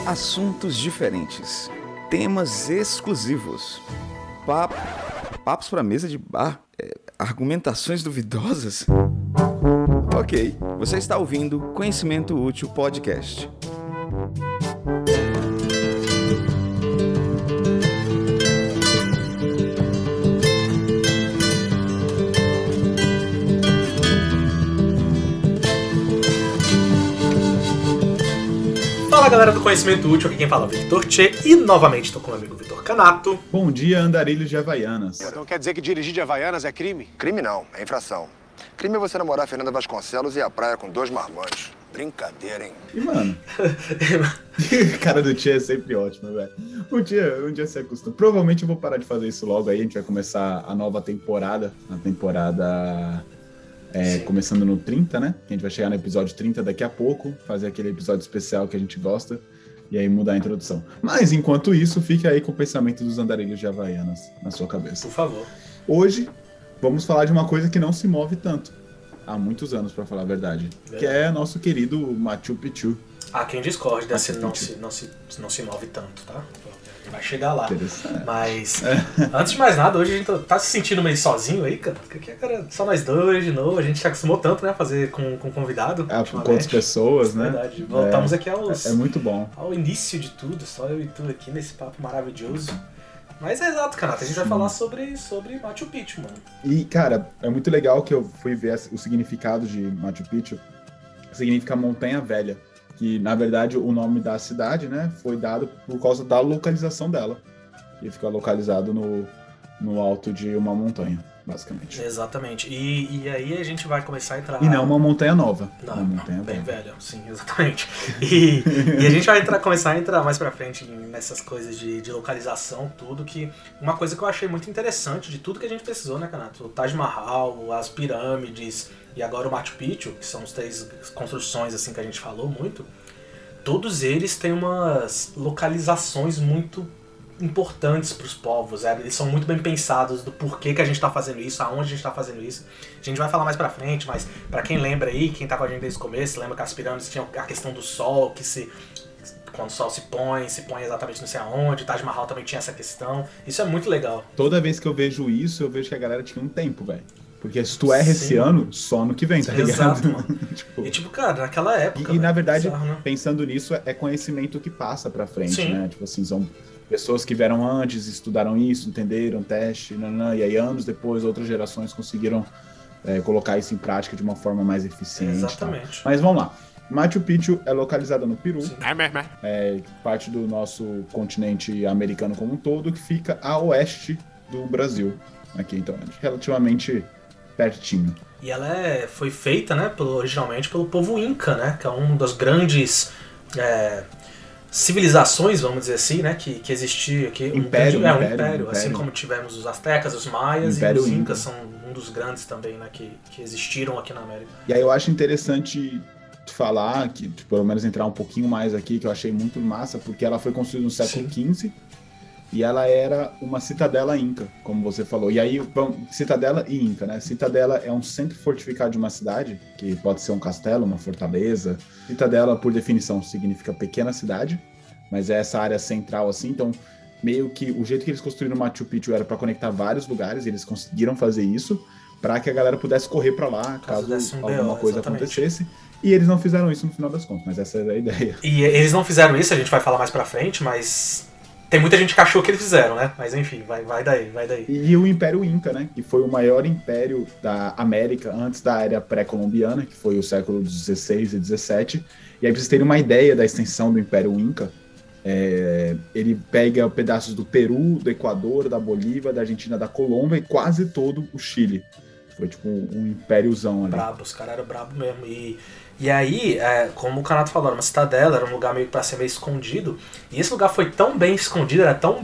Assuntos diferentes, temas exclusivos, papos para mesa de bar, argumentações duvidosas. Ok, você está ouvindo Conhecimento Útil Podcast. Fala galera do Conhecimento Útil, aqui quem fala é o Victor Tchê e novamente estou com o meu amigo Vitor Canato. Bom dia, andarilhos de Havaianas. Então quer dizer que dirigir de Havaianas é crime? Crime não, é infração. Crime é você namorar a Fernanda Vasconcelos e ir à praia com 2 marmanjos. Brincadeira, hein? E mano, cara do Tchê é sempre ótimo, velho. Um dia se acostuma. Provavelmente eu vou parar de fazer isso logo aí, a gente vai começar a nova temporada. A temporada... começando no 30, né? A gente vai chegar no episódio 30 daqui a pouco, fazer aquele episódio especial que a gente gosta, e aí mudar a introdução. Mas, enquanto isso, fique aí com o pensamento dos andarilhos de Havaianas na sua cabeça. Por favor. Hoje, vamos falar de uma coisa que não se move tanto. Há muitos anos, pra falar a verdade. Que é nosso querido Machu Picchu. Há quem discorde desse não se move tanto, tá? Vai chegar lá. Mas, antes de mais nada, hoje a gente tá se sentindo meio sozinho aí, cara. Porque aqui é, cara, só nós dois de novo. A gente se acostumou tanto, né, a fazer com convidado. Com outras pessoas, né? Verdade. Voltamos aqui É muito bom. Ao início de tudo, só eu e tu aqui nesse papo maravilhoso. Mas é exato, Canato. A gente vai falar sobre Machu Picchu, mano. E, cara, é muito legal que eu fui ver o significado de Machu Picchu. Significa Montanha Velha. Que, na verdade, o nome da cidade, né, foi dado por causa da localização dela. Que fica localizado no alto de uma montanha, basicamente. Exatamente. E aí a gente vai começar a entrar... E não uma montanha nova. Não, uma montanha bem velha, sim, exatamente. E a gente vai começar a entrar mais pra frente nessas coisas de localização, tudo, que... Uma coisa que eu achei muito interessante de tudo que a gente precisou, né, Canato? O Taj Mahal, as pirâmides... E agora o Machu Picchu, que são as 3 construções assim que a gente falou muito, todos eles têm umas localizações muito importantes para os povos. Eles são muito bem pensados do porquê que a gente está fazendo isso, aonde a gente está fazendo isso. A gente vai falar mais pra frente, mas para quem lembra aí, quem tá com a gente desde o começo, lembra que as pirâmides tinham a questão do sol, quando o sol se põe exatamente não sei aonde. O Taj Mahal também tinha essa questão. Isso é muito legal. Toda vez que eu vejo isso, eu vejo que a galera tinha um tempo, velho. Porque se tu erra esse ano, só ano que vem, tá ligado? Exato, mano. E tipo, cara, naquela época... E na verdade, bizarro, né? pensando nisso, é conhecimento que passa pra frente, Sim. né? Tipo assim, são pessoas que vieram antes, estudaram isso, entenderam, teste, e aí anos depois, outras gerações conseguiram colocar isso em prática de uma forma mais eficiente. Exatamente. Tá? Mas vamos lá. Machu Picchu é localizada no Peru. Sim. É parte do nosso continente americano como um todo, que fica a oeste do Brasil. Aqui, então, relativamente... pertinho. E ela foi feita, né, originalmente pelo povo Inca, né, que é uma das grandes civilizações, vamos dizer assim, né, que existia aqui. Império. Assim como tivemos os Aztecas, os Maias, e os Incas são um dos grandes também, né, que existiram aqui na América. E aí eu acho interessante falar, que pelo menos entrar um pouquinho mais aqui, que eu achei muito massa, porque ela foi construída no século XV, e ela era uma citadela inca, como você falou. E aí, citadela e inca, né? Citadela é um centro fortificado de uma cidade, que pode ser um castelo, uma fortaleza. Citadela, por definição, significa pequena cidade, mas é essa área central, assim. Então, meio que o jeito que eles construíram o Machu Picchu era para conectar vários lugares, e eles conseguiram fazer isso para que a galera pudesse correr para lá, caso alguma coisa acontecesse. E eles não fizeram isso no final das contas, mas essa é a ideia. E eles não fizeram isso, a gente vai falar mais pra frente, mas... Tem muita gente que achou que eles fizeram, né? Mas enfim, vai daí. E o Império Inca, né? Que foi o maior império da América antes da era pré-colombiana, que foi o século XVI e XVII. E aí, pra vocês terem uma ideia da extensão do Império Inca, ele pega pedaços do Peru, do Equador, da Bolívia, da Argentina, da Colômbia e quase todo o Chile. Foi tipo um impériozão ali. Brabo, os caras eram brabo mesmo. E aí, como o Canato falou, era uma cidadela, era um lugar meio pra ser meio escondido. E esse lugar foi tão bem escondido, era tão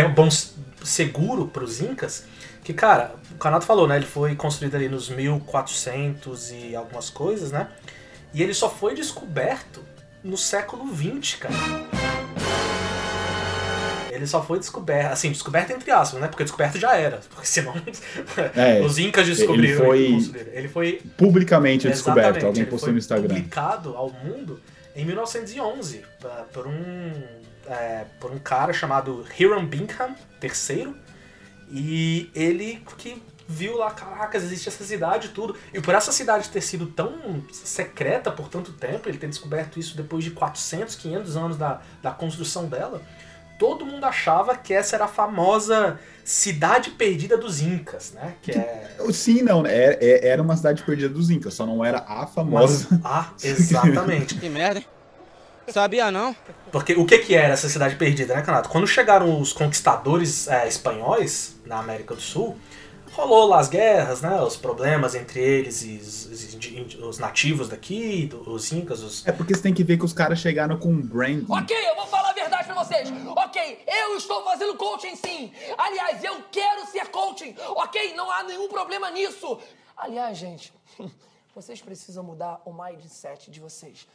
seguro pros Incas, que, cara, o Canato falou, né? Ele foi construído ali nos 1400 e algumas coisas, né? E ele só foi descoberto no século XX, cara. ele só foi descoberto, assim, descoberto entre aspas, né? Porque descoberto já era, porque senão os incas descobriram. Ele foi publicamente descoberto, alguém postou no Instagram. Ele foi publicado ao mundo em 1911 por um cara chamado Hiram Bingham III, e ele que viu lá, caracas, existe essa cidade e tudo. E por essa cidade ter sido tão secreta por tanto tempo, ele ter descoberto isso depois de 400, 500 anos da construção dela, todo mundo achava que essa era a famosa cidade perdida dos Incas, né? Sim, não, era uma cidade perdida dos Incas, só não era a famosa. Exatamente. Que merda, hein? Sabia não? Porque o que era essa cidade perdida, né, Canato? Quando chegaram os conquistadores espanhóis na América do Sul, rolou lá as guerras, né? Os problemas entre eles e os nativos daqui, os incas, É porque você tem que ver que os caras chegaram com um brand. Ok, eu vou falar a verdade pra vocês. Ok, eu estou fazendo coaching sim. Aliás, eu quero ser coaching. Ok, não há nenhum problema nisso. Aliás, gente, vocês precisam mudar o mindset de vocês.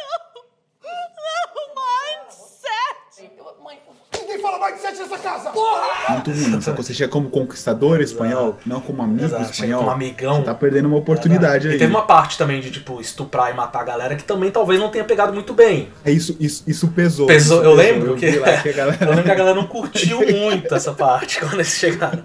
Mãe, ninguém fala mindset nessa casa! Porra! Muito ruim, só que você chega como conquistador espanhol, não como amigo espanhol. Como amigão. Você tá perdendo uma oportunidade aí. E teve uma parte também de, tipo, estuprar e matar a galera que também talvez não tenha pegado muito bem. Isso pesou. Eu lembro eu lembro que a galera não curtiu muito muito essa parte quando eles chegaram.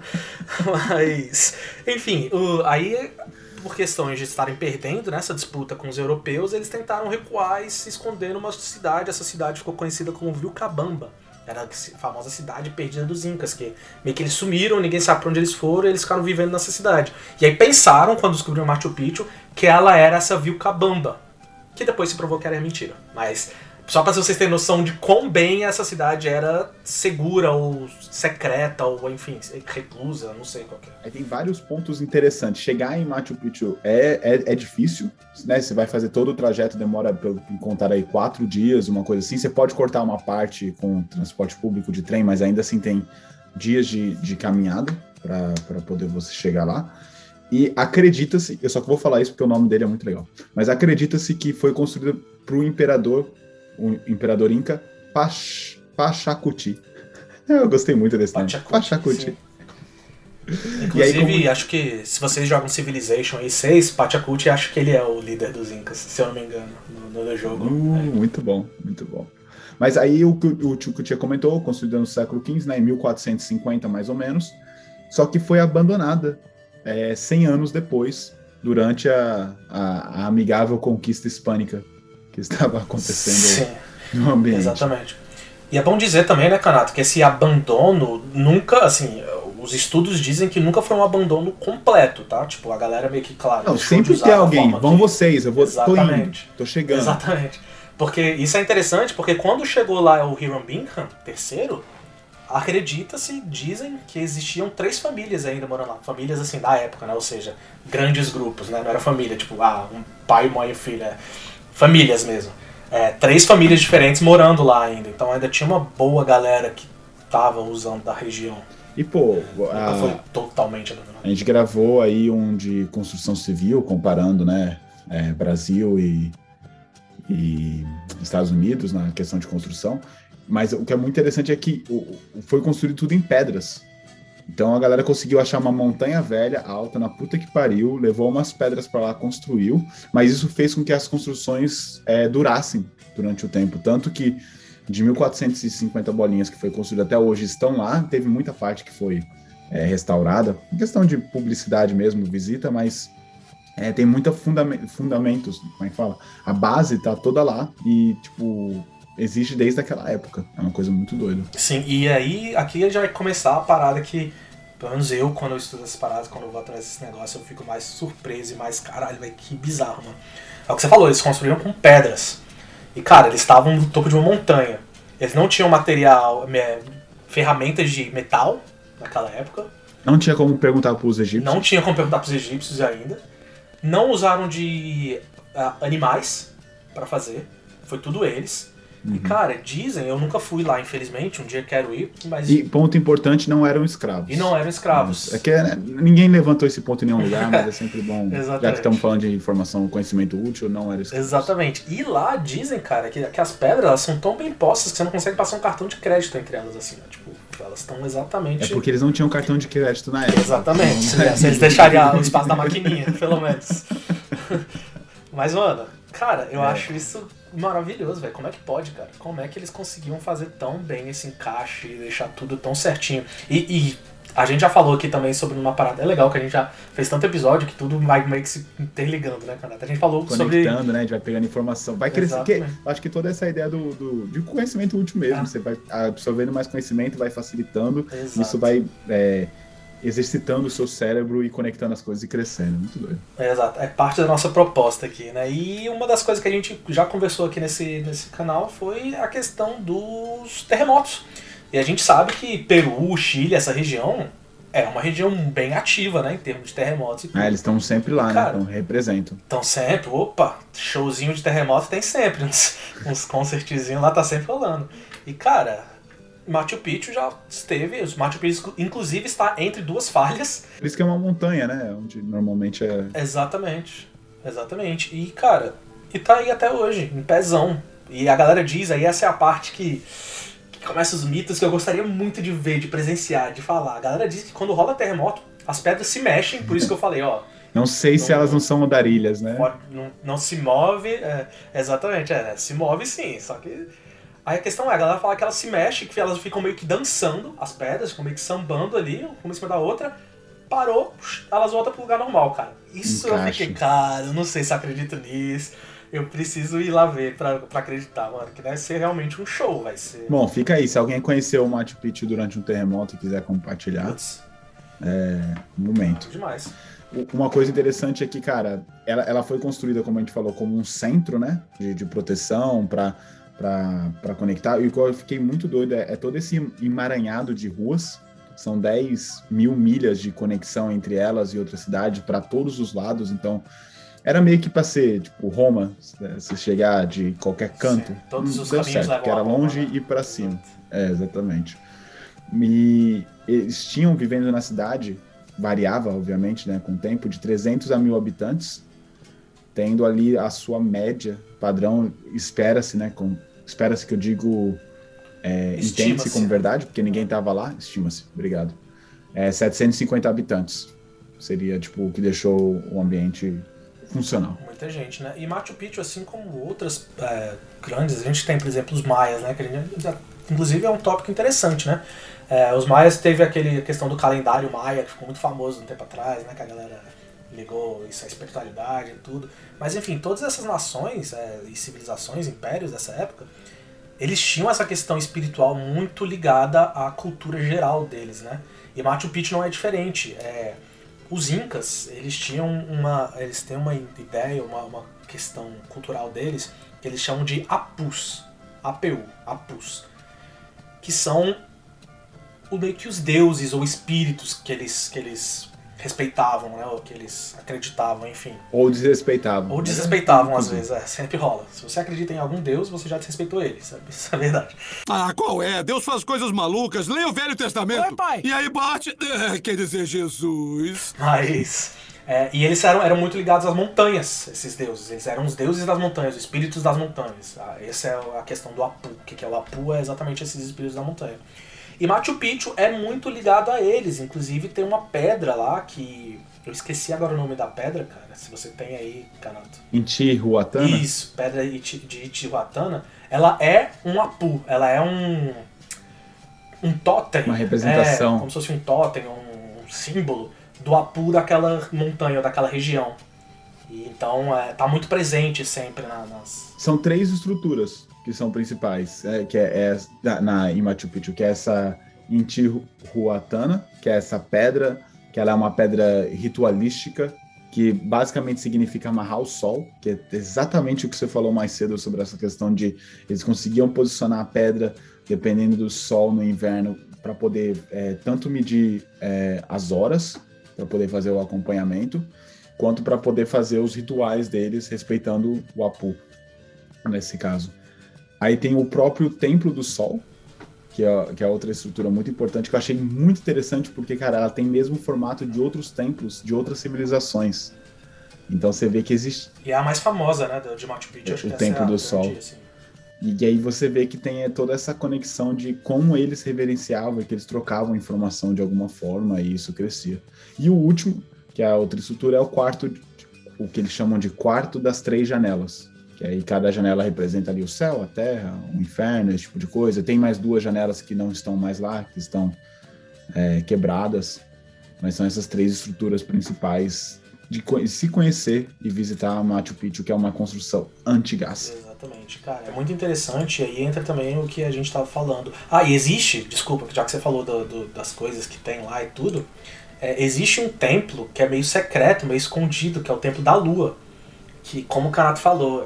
Mas, enfim, aí, por questões de estarem perdendo nessa disputa com os europeus, eles tentaram recuar e se esconder numa cidade. Essa cidade ficou conhecida como Vilcabamba. Era a famosa cidade perdida dos Incas, que meio que eles sumiram, ninguém sabe pra onde eles foram, e eles ficaram vivendo nessa cidade. E aí pensaram, quando descobriram Machu Picchu, que ela era essa Vilcabamba, que depois se provou que era mentira. Mas só pra vocês terem noção de quão bem essa cidade era segura, ou secreta, ou enfim, reclusa, não sei qual que é. Aí tem vários pontos interessantes. Chegar em Machu Picchu é difícil, né? Você vai fazer todo o trajeto, demora, pelo que contar aí, 4 dias, uma coisa assim. Você pode cortar uma parte com transporte público de trem, mas ainda assim tem dias de caminhada para poder você chegar lá. E acredita-se, eu só que vou falar isso porque o nome dele é muito legal, mas acredita-se que foi construído para o imperador Inca Pachacuti. Eu gostei muito desse nome. Pachacuti. Inclusive, aí, acho que se vocês jogam Civilization aí 6, Pachacuti, acho que ele é o líder dos Incas, se eu não me engano, no jogo. Muito bom, muito bom. Mas aí o que o Tia comentou, construída no século XV, né, em 1450 mais ou menos, só que foi abandonada 100 anos depois, durante a amigável conquista hispânica que estava acontecendo no ambiente. Exatamente. E é bom dizer também, né, Canato, que esse abandono nunca, assim, os estudos dizem que nunca foi um abandono completo, tá? Tipo, a galera meio que, claro... Não, sempre tem alguém, vão vocês, eu vou, tô chegando. Exatamente. Porque isso é interessante, porque quando chegou lá o Hiram Bingham III, acredita-se, dizem que existiam 3 famílias ainda morando lá. Famílias, assim, da época, né? Ou seja, grandes grupos, né? Não era família, tipo, um pai, mãe e filho, famílias mesmo. 3 famílias diferentes morando lá ainda. Então ainda tinha uma boa galera que tava usando da região. E, pô... Nunca foi totalmente abandonado. A gente gravou aí um de construção civil, comparando, né? Brasil e Estados Unidos na questão de construção. Mas o que é muito interessante é que foi construído tudo em pedras. Então a galera conseguiu achar uma montanha velha, alta, na puta que pariu, levou umas pedras para lá, construiu, mas isso fez com que as construções durassem durante o tempo. Tanto que de 1450 bolinhas que foi construída até hoje estão lá, teve muita parte que foi restaurada, em questão de publicidade mesmo, visita, mas tem muita fundamentos, como é que fala? A base tá toda lá e, tipo... existe desde aquela época. É uma coisa muito doida. Sim, e aí aqui já vai começar a parada que, pelo menos eu, quando eu estudo essas paradas, quando eu vou atrás desse negócio, eu fico mais surpreso e mais, caralho, velho, que bizarro, mano. É o que você falou, eles construíram com pedras. E, cara, eles estavam no topo de uma montanha. Eles não tinham material, ferramentas de metal naquela época. Não tinha como perguntar pros egípcios. Não tinha como perguntar pros egípcios ainda. Não usaram de animais pra fazer. Foi tudo eles. E, cara, dizem, eu nunca fui lá, infelizmente, um dia quero ir, mas... E, ponto importante, não eram escravos. E não eram escravos. É que ninguém levantou esse ponto em nenhum lugar, mas é sempre bom, já que estamos falando de informação, conhecimento útil, não eram escravos. Exatamente. E lá dizem, cara, que as pedras elas são tão bem postas que você não consegue passar um cartão de crédito entre elas, assim, né? Tipo, Picchu. Elas estão exatamente... É porque eles não tinham cartão de crédito na época. Exatamente. Se eles deixariam o espaço da maquininha, pelo menos. Mas, mano, cara, eu acho isso maravilhoso, velho. Como é que pode, cara? Como é que eles conseguiam fazer tão bem esse encaixe e deixar tudo tão certinho? E a gente já falou aqui também sobre uma parada. É legal que a gente já fez tanto episódio que tudo vai meio que se interligando, né, Kanata? A gente falou sobre... Conectando, né? A gente vai pegando informação. Vai crescer. Porque acho que toda essa ideia de conhecimento útil mesmo. Você vai absorvendo mais conhecimento, vai facilitando. Exato. Isso vai exercitando o seu cérebro e conectando as coisas e crescendo. Muito doido. Exato. É parte da nossa proposta aqui, né? E uma das coisas que a gente já conversou aqui nesse canal foi a questão dos terremotos. E a gente sabe que Peru, Chile, essa região é uma região bem ativa, né, em termos de terremotos e tudo. Eles estão sempre lá, cara, né? Então representam. Estão sempre, showzinho de terremoto tem sempre, uns concertezinhos lá tá sempre rolando. E cara, Machu Picchu já esteve, Machu Picchu inclusive está entre duas falhas. Por isso que é uma montanha, né? Onde normalmente é... Exatamente. E cara, e tá aí até hoje, em pezão. E a galera diz, aí essa é a parte que começa os mitos que eu gostaria muito de ver, de presenciar, de falar. A galera diz que quando rola terremoto, as pedras se mexem, por isso que eu falei, Não sei se elas não são andarilhas, né? Não se move, exatamente, se move sim, só que... Aí a questão a galera fala que elas se mexem, que elas ficam meio que dançando, as pedras, ficam meio que sambando ali, uma em cima da outra, parou, elas voltam pro lugar normal, cara. Isso eu fiquei, cara, eu não sei se acredito nisso. Eu preciso ir lá ver pra acreditar, mano, que deve ser realmente um show, vai ser... Bom, fica aí, se alguém conheceu o Machu Picchu durante um terremoto e quiser compartilhar, um momento. Demais. Uma coisa interessante é que, cara, ela foi construída, como a gente falou, como um centro, né, de proteção pra conectar, e o que eu fiquei muito doido é todo esse emaranhado de ruas, são 10 mil milhas de conexão entre elas e outras cidades para todos os lados, então... Era meio que pra ser, tipo, Roma, se chegar de qualquer canto. Sim, todos os deu caminhos certo, levam porque era a Roma, longe né? e pra cima. Exatamente. E eles tinham, vivendo na cidade, variava, obviamente, né, com o tempo, de 300 a 1.000 habitantes, tendo ali a sua média padrão, espera-se, né, espera-se que eu digo, entende-se como verdade, porque ninguém tava lá, estima-se, obrigado. 750 habitantes. Seria, tipo, o que deixou o ambiente... funcional. Muita gente, né? E Machu Picchu, assim como outras grandes, a gente tem, por exemplo, os maias, né? Que inclusive é um tópico interessante, né? Os maias teve a questão do calendário maia, que ficou muito famoso um tempo atrás, né? Que a galera ligou isso à espiritualidade e tudo. Mas, enfim, todas essas nações e civilizações, impérios dessa época, eles tinham essa questão espiritual muito ligada à cultura geral deles, né? E Machu Picchu não é diferente. Os Incas, eles têm uma ideia, uma questão cultural deles, que eles chamam de Apus, Apus, que são meio que os deuses ou espíritos que eles respeitavam, né, ou que eles acreditavam, enfim. Ou desrespeitavam. Ou desrespeitavam, às vezes, sempre rola. Se você acredita em algum deus, você já desrespeitou ele, sabe? Isso é verdade. Qual é? Deus faz coisas malucas. Leia o Velho Testamento. Oi, pai. E aí bate... quer dizer, Jesus. Mas... e eles eram muito ligados às montanhas, esses deuses. Eles eram os deuses das montanhas, os espíritos das montanhas. Essa é a questão do Apu. O que é o Apu? É exatamente esses espíritos da montanha. E Machu Picchu é muito ligado a eles. Inclusive tem uma pedra lá que... Eu esqueci agora o nome da pedra, cara. Se você tem aí, Canato. Intihuatana? Isso, pedra de Intihuatana. Ela é um Apu. Ela é um totem. Uma representação. Como se fosse um totem, um símbolo do Apu daquela montanha, daquela região. E então tá muito presente sempre nas... São 3 estruturas que são principais, que em Machu Picchu, que é essa Intihuatana, que é essa pedra, que ela é uma pedra ritualística, que basicamente significa amarrar o sol, que é exatamente o que você falou mais cedo sobre essa questão de eles conseguiam posicionar a pedra dependendo do sol no inverno para poder tanto medir as horas, para poder fazer o acompanhamento, quanto para poder fazer os rituais deles respeitando o Apu, nesse caso. Aí tem o próprio Templo do Sol, que é outra estrutura muito importante, que eu achei muito interessante, porque, cara, ela tem mesmo o formato de outros templos, de outras civilizações. Então você vê que existe... E é a mais famosa, né, de Machu Picchu. Acho o que Templo essa é do Sol. Assim. E aí você vê que tem toda essa conexão de como eles reverenciavam, que eles trocavam informação de alguma forma e isso crescia. E o último, que é a outra estrutura, é o quarto, o que eles chamam de quarto das 3 janelas. Que aí cada janela representa ali o céu, a terra, o inferno, esse tipo de coisa. Tem mais 2 janelas que não estão mais lá, que estão quebradas. Mas são essas 3 estruturas principais de se conhecer e visitar Machu Picchu, que é uma construção antigaça. Exatamente, cara. É muito interessante, e aí entra também o que a gente estava falando. Ah, e existe, desculpa, já que você falou das coisas que tem lá e tudo, existe um templo que é meio secreto, meio escondido, que é o Templo da Lua. Que, como o Kanato falou,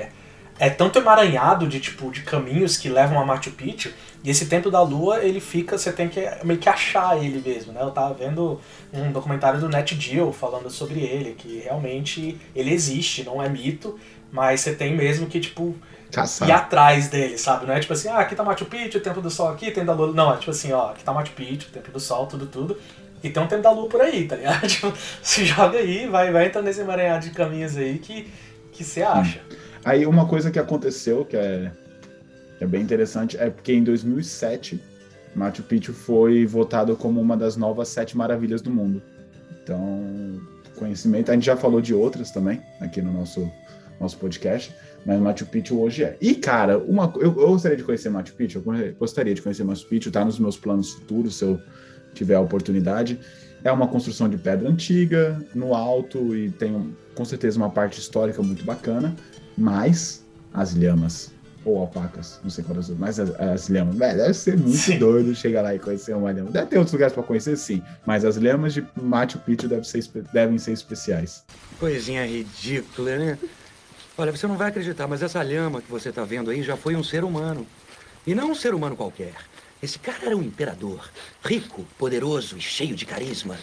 é tanto emaranhado de caminhos que levam a Machu Picchu, e esse Templo da Lua, ele fica, você tem que meio que achar ele mesmo, né? Eu tava vendo um documentário do Nat Geo falando sobre ele, que realmente ele existe, não é mito, mas você tem mesmo que, ir atrás dele, sabe? Não é tipo assim, aqui tá Machu Picchu, o Templo do Sol aqui, Templo da Lua. Não, é tipo assim, aqui tá Machu Picchu, Templo do Sol, tudo. E tem um Templo da Lua por aí, tá ligado? Se joga aí, vai entrando nesse emaranhado de caminhos aí que você acha. Aí uma coisa que aconteceu, que é bem interessante, é porque em 2007, Machu Picchu foi votado como uma das novas 7 maravilhas do mundo. Então, conhecimento, a gente já falou de outras também, aqui no nosso podcast, mas Machu Picchu hoje é. E, cara, eu gostaria de conhecer Machu Picchu, eu gostaria de conhecer Machu Picchu, tá nos meus planos futuros, se eu tiver a oportunidade. É uma construção de pedra antiga, no alto, e tem com certeza uma parte histórica muito bacana, mas as lhamas, ou alpacas, não sei qual das duas, mas as lhamas, velho, deve ser muito doido chegar lá e conhecer uma lhama. Deve ter outros lugares para conhecer, sim, mas as lhamas de Machu Picchu devem ser especiais. Coisinha ridícula, né? Olha, você não vai acreditar, mas essa lhama que você tá vendo aí já foi um ser humano. E não um ser humano qualquer. Esse cara era um imperador, rico, poderoso e cheio de carisma.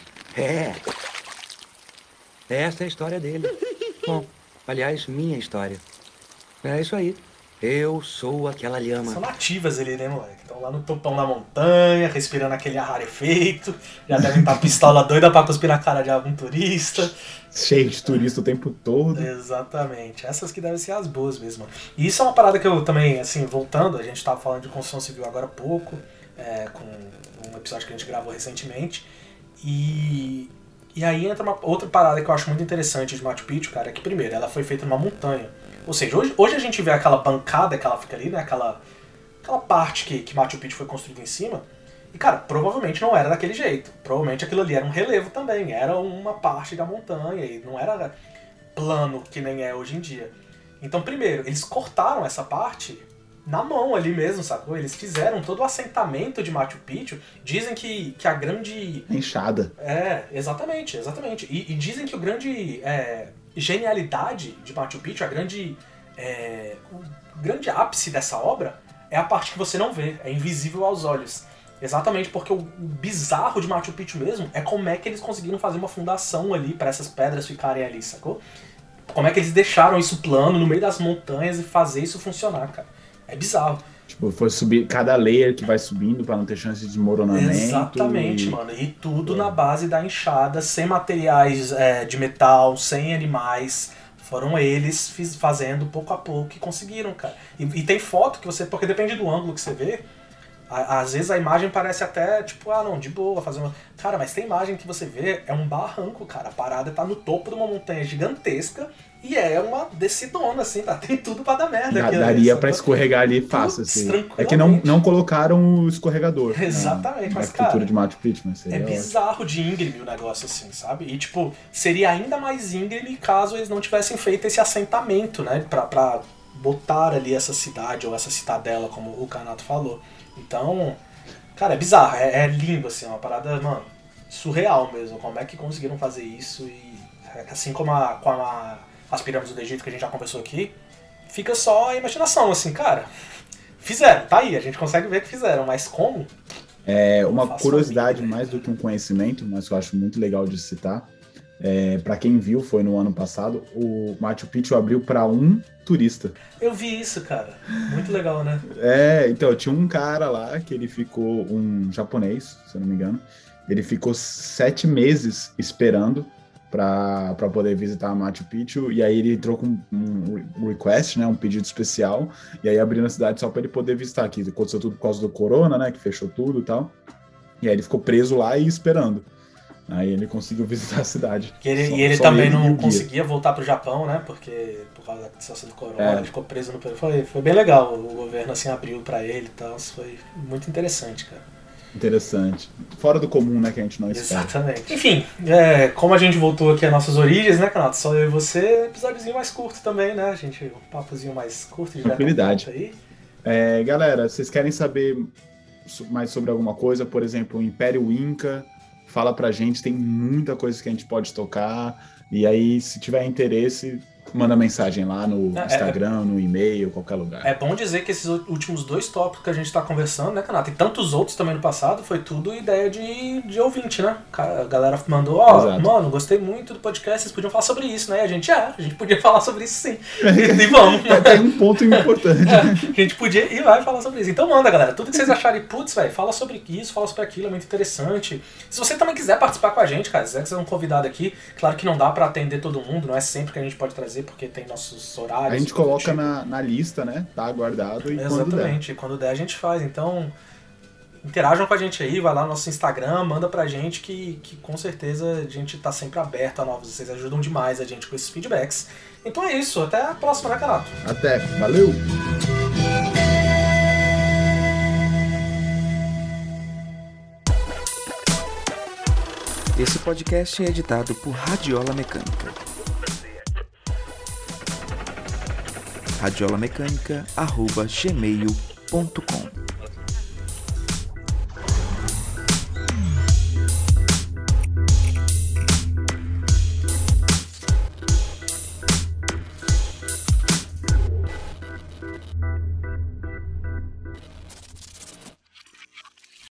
Essa é a história dele. Bom, aliás, minha história. É isso aí. Eu sou aquela lhama. São nativas ali, né, moleque? Estão lá no topão da montanha, respirando aquele ar rarefeito. Já devem estar pistola doida pra cuspir na cara de algum turista. Cheio de turista o tempo todo. Exatamente. Essas que devem ser as boas mesmo. E isso é uma parada que eu também, assim, voltando, a gente tava falando de construção civil agora há pouco, com um episódio que a gente gravou recentemente. E aí entra uma outra parada que eu acho muito interessante de Machu Picchu, cara, é que primeiro, ela foi feita numa montanha. Ou seja, hoje a gente vê aquela bancada que ela fica ali, né? Aquela parte que Machu Picchu foi construída em cima. E, cara, provavelmente não era daquele jeito. Provavelmente aquilo ali era um relevo também. Era uma parte da montanha e não era plano que nem é hoje em dia. Então, primeiro, eles cortaram essa parte na mão ali mesmo, sacou? Eles fizeram todo o assentamento de Machu Picchu. Dizem que a grande... Enxada. Exatamente. E dizem que o grande... genialidade de Machu Picchu, o grande ápice dessa obra é a parte que você não vê, é invisível aos olhos. Exatamente porque o bizarro de Machu Picchu mesmo é como é que eles conseguiram fazer uma fundação ali para essas pedras ficarem ali, sacou? Como é que eles deixaram isso plano no meio das montanhas e fazer isso funcionar, cara. É bizarro. Tipo, foi subir cada layer que vai subindo pra não ter chance de desmoronamento. Exatamente, mano. E tudo na base da enxada, sem materiais de metal, sem animais. Foram eles fazendo pouco a pouco e conseguiram, cara. E tem foto que você... Porque depende do ângulo que você vê. Às vezes a imagem parece até, de boa, fazer uma... Cara, mas tem imagem que você vê, é um barranco, cara. A parada tá no topo de uma montanha gigantesca e é uma descidona, assim, tá? Tem tudo pra dar merda aqui. Daria pra escorregar ali fácil, assim. É que não colocaram o escorregador. Exatamente, mas, cara... cultura de Machu Picchu, mas é bizarro de íngreme o negócio, assim, sabe? E, seria ainda mais íngreme caso eles não tivessem feito esse assentamento, né? Pra botar ali essa cidade ou essa citadela, como o Kanato falou. Então, cara, é bizarro, é lindo, assim, uma parada, mano, surreal mesmo, como é que conseguiram fazer isso e, assim como as pirâmides do Egito que a gente já conversou aqui, fica só a imaginação, assim, cara, fizeram, tá aí, a gente consegue ver que fizeram, mas como? É uma curiosidade mais do que um conhecimento, mas que eu acho muito legal de citar. Para quem viu, foi no ano passado, o Machu Picchu abriu para um turista. Eu vi isso, cara. Muito legal, né? Então, tinha um cara lá que ele ficou, um japonês, se eu não me engano, ele ficou 7 meses esperando para poder visitar Machu Picchu, e aí ele entrou com um request, né, um pedido especial, e aí abriu a cidade só para ele poder visitar aqui. Aconteceu tudo por causa do corona, né, que fechou tudo e tal, e aí ele ficou preso lá e esperando. Aí ele conseguiu visitar a cidade. E ele também não conseguia voltar pro Japão, né? Porque por causa da situação do corona, ele ficou preso no Peru. Foi bem legal. O governo assim abriu pra ele e tal. Isso foi muito interessante, cara. Interessante. Fora do comum, né? Que a gente não espera. Exatamente. Enfim, como a gente voltou aqui às nossas origens, né, Canato? Só eu e você, episódiozinho mais curto também, né? Um papozinho mais curto. Tranquilidade. Aí. Galera, vocês querem saber mais sobre alguma coisa? Por exemplo, o Império Inca... Fala pra gente, tem muita coisa que a gente pode tocar. E aí, se tiver interesse, manda mensagem lá no Instagram, no e-mail, qualquer lugar. É bom dizer que esses últimos 2 tópicos que a gente tá conversando, né, Canato? E tantos outros também no passado, foi tudo ideia de ouvinte, né? A galera mandou, mano, gostei muito do podcast, vocês podiam falar sobre isso, né? E a gente podia falar sobre isso sim. E vamos. Tem um ponto importante. A gente podia e vai falar sobre isso. Então manda, galera. Tudo que vocês acharem, fala sobre isso, fala sobre aquilo, é muito interessante. Se você também quiser participar com a gente, cara, se quiser ser um convidado aqui, claro que não dá pra atender todo mundo, não é sempre que a gente pode trazer, porque tem nossos horários. A gente coloca na lista, né? Tá aguardado e exatamente, quando der a gente faz. Então, interajam com a gente aí, vai lá no nosso Instagram, manda pra gente que com certeza a gente tá sempre aberto a novos. Vocês ajudam demais a gente com esses feedbacks. Então é isso, até a próxima, né, Canato? Até, valeu! Esse podcast é editado por Radiola Mecânica. radiolamecânica@gmail.com